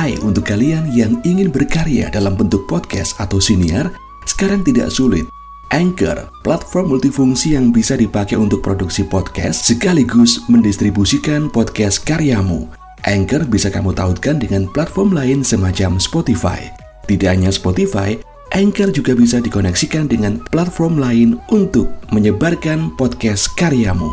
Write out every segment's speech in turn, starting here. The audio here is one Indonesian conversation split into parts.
Hai untuk kalian yang ingin berkarya dalam bentuk podcast atau siniar, sekarang tidak sulit. Anchor, platform multifungsi yang bisa dipakai untuk produksi podcast sekaligus mendistribusikan podcast karyamu. Anchor bisa kamu tautkan dengan platform lain semacam Spotify. Tidak hanya Spotify, Anchor juga bisa dikoneksikan dengan platform lain untuk menyebarkan podcast karyamu.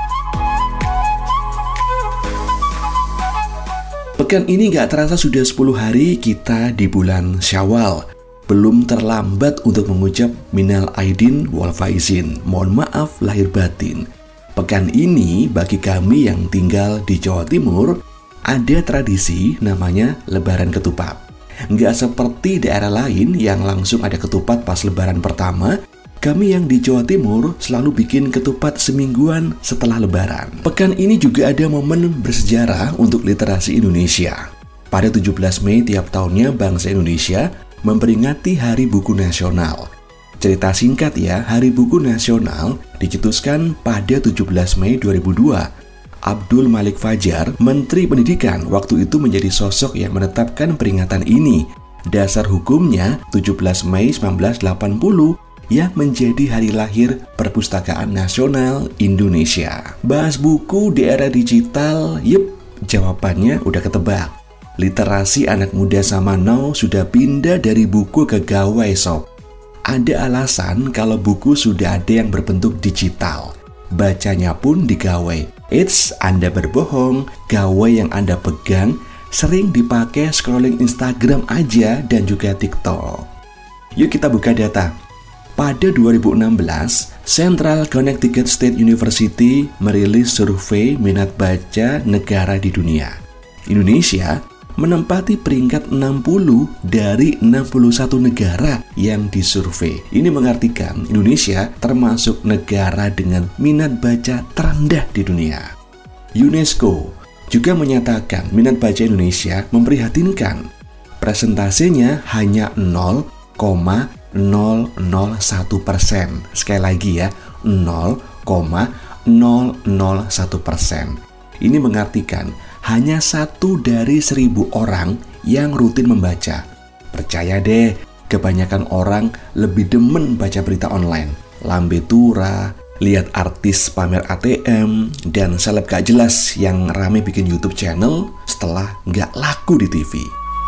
Pekan ini gak terasa sudah 10 hari kita di bulan Syawal. Belum terlambat untuk mengucap minal aidin wal faizin. Mohon maaf lahir batin. Pekan ini bagi kami yang tinggal di Jawa Timur ada tradisi namanya Lebaran Ketupat. Nggak seperti daerah lain yang langsung ada ketupat pas Lebaran pertama. Kami yang di Jawa Timur selalu bikin ketupat semingguan setelah Lebaran. Pekan ini juga ada momen bersejarah untuk literasi Indonesia. Pada 17 Mei tiap tahunnya bangsa Indonesia memperingati Hari Buku Nasional. Cerita singkat ya, Hari Buku Nasional dicetuskan pada 17 Mei 2002. Abdul Malik Fajar, Menteri Pendidikan, waktu itu menjadi sosok yang menetapkan peringatan ini. Dasar hukumnya 17 Mei 1980 yang menjadi hari lahir Perpustakaan Nasional Indonesia. Bahas buku di era digital, jawabannya udah ketebak. Literasi anak muda zaman now sudah pindah dari buku ke gawai sob. Ada alasan kalau buku sudah ada yang berbentuk digital. Bacanya pun di gawai. Anda berbohong, gawai yang Anda pegang sering dipakai scrolling Instagram aja dan juga TikTok. Yuk kita buka data. Pada 2016, Central Connecticut State University merilis survei minat baca negara di dunia. Indonesia menempati peringkat 60 dari 61 negara yang disurvei. Ini mengartikan Indonesia termasuk negara dengan minat baca terendah di dunia. UNESCO juga menyatakan minat baca Indonesia memprihatinkan. Persentasenya hanya 0,001%. Sekali lagi ya, 0,001%. Ini mengartikan hanya 1 dari 1.000 orang yang rutin membaca. Percaya deh, kebanyakan orang lebih demen baca berita online. Lambe tura, lihat artis pamer ATM, dan seleb gak jelas yang rame bikin YouTube channel setelah gak laku di TV.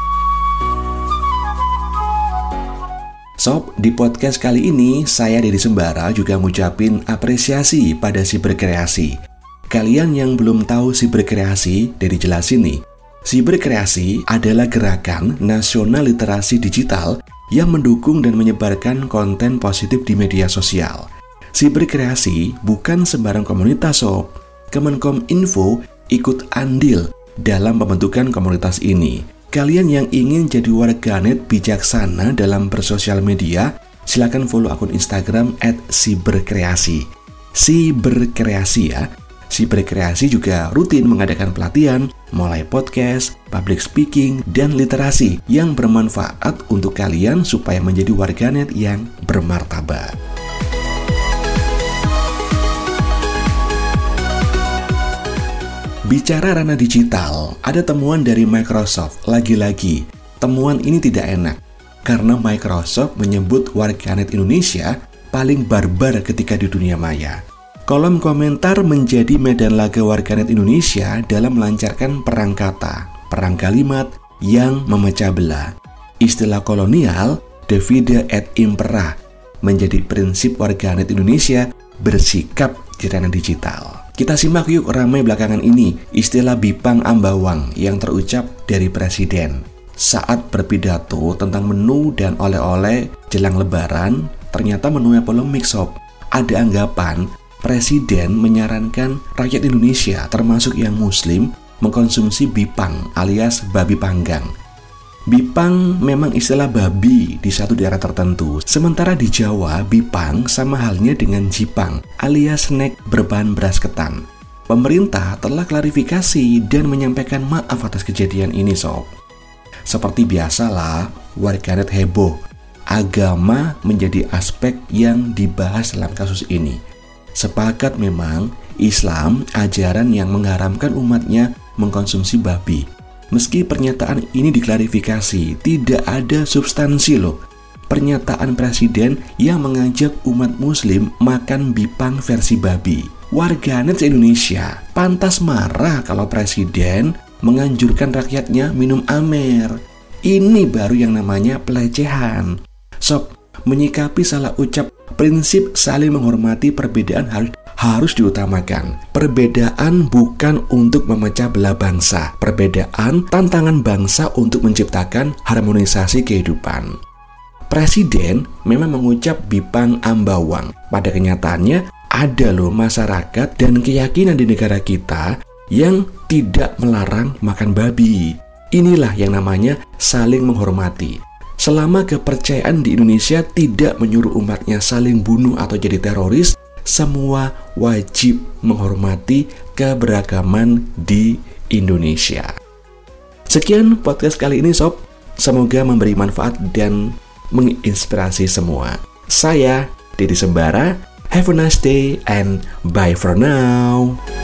Sob, di podcast kali ini saya Deddy Sembara juga ngucapin apresiasi pada Siberkreasi. Kalian yang belum tahu Siberkreasi, Deddy jelasin nih. Siberkreasi adalah gerakan nasional literasi digital yang mendukung dan menyebarkan konten positif di media sosial. Siberkreasi bukan sembarang komunitas sob. Kemenkominfo ikut andil dalam pembentukan komunitas ini. Kalian yang ingin jadi warganet bijaksana dalam bersosial media, silakan follow akun Instagram @siberkreasi. Siberkreasi ya. Siberkreasi juga rutin mengadakan pelatihan, mulai podcast, public speaking, dan literasi yang bermanfaat untuk kalian supaya menjadi warganet yang bermartabat. Bicara ranah digital, ada temuan dari Microsoft. Lagi-lagi, temuan ini tidak enak karena Microsoft menyebut warganet Indonesia paling barbar ketika di dunia maya. Kolom komentar menjadi medan laga warganet Indonesia dalam melancarkan perang kata, perang kalimat yang memecah belah. Istilah kolonial, divide et impera, menjadi prinsip warganet Indonesia bersikap di ranah digital. Kita simak yuk ramai belakangan ini istilah Bipang Ambawang yang terucap dari Presiden. Saat berpidato tentang menu dan oleh-oleh jelang Lebaran, ternyata menunya polemik sob. Ada anggapan Presiden menyarankan rakyat Indonesia termasuk yang Muslim mengkonsumsi bipang alias babi panggang. Bipang memang istilah babi di satu daerah tertentu. Sementara di Jawa, bipang sama halnya dengan jipang alias snack berbahan beras ketan. Pemerintah telah klarifikasi dan menyampaikan maaf atas kejadian ini sob. Seperti biasalah, warganet heboh. Agama menjadi aspek yang dibahas dalam kasus ini. Sepakat memang Islam ajaran yang mengharamkan umatnya mengkonsumsi babi. Meski pernyataan ini diklarifikasi, tidak ada substansi loh. Pernyataan presiden yang mengajak umat muslim makan bipang versi babi. Warganet Indonesia pantas marah kalau presiden menganjurkan rakyatnya minum Amer. Ini baru yang namanya pelecehan. Sob, menyikapi salah ucap, prinsip saling menghormati perbedaan harus diutamakan. Perbedaan bukan untuk memecah belah bangsa. Perbedaan tantangan bangsa untuk menciptakan harmonisasi kehidupan. Presiden memang mengucap bipang ambawang. Pada kenyataannya ada loh masyarakat dan keyakinan di negara kita yang tidak melarang makan babi. Inilah yang namanya saling menghormati. Selama kepercayaan di Indonesia tidak menyuruh umatnya saling bunuh atau jadi teroris, semua wajib menghormati keberagaman di Indonesia. Sekian podcast kali ini sob. Semoga memberi manfaat dan menginspirasi semua. Saya Deddy Sembara. Have a nice day and bye for now.